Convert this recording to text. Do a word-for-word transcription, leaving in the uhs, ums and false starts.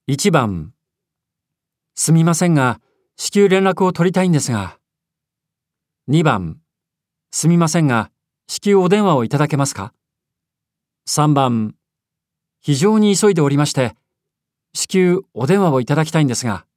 いちばん、すみませんが、至急連絡を取りたいんですが。にばん、すみませんが、至急お電話をいただけますか。さんばん、非常に急いでおりまして、至急お電話をいただきたいんですが。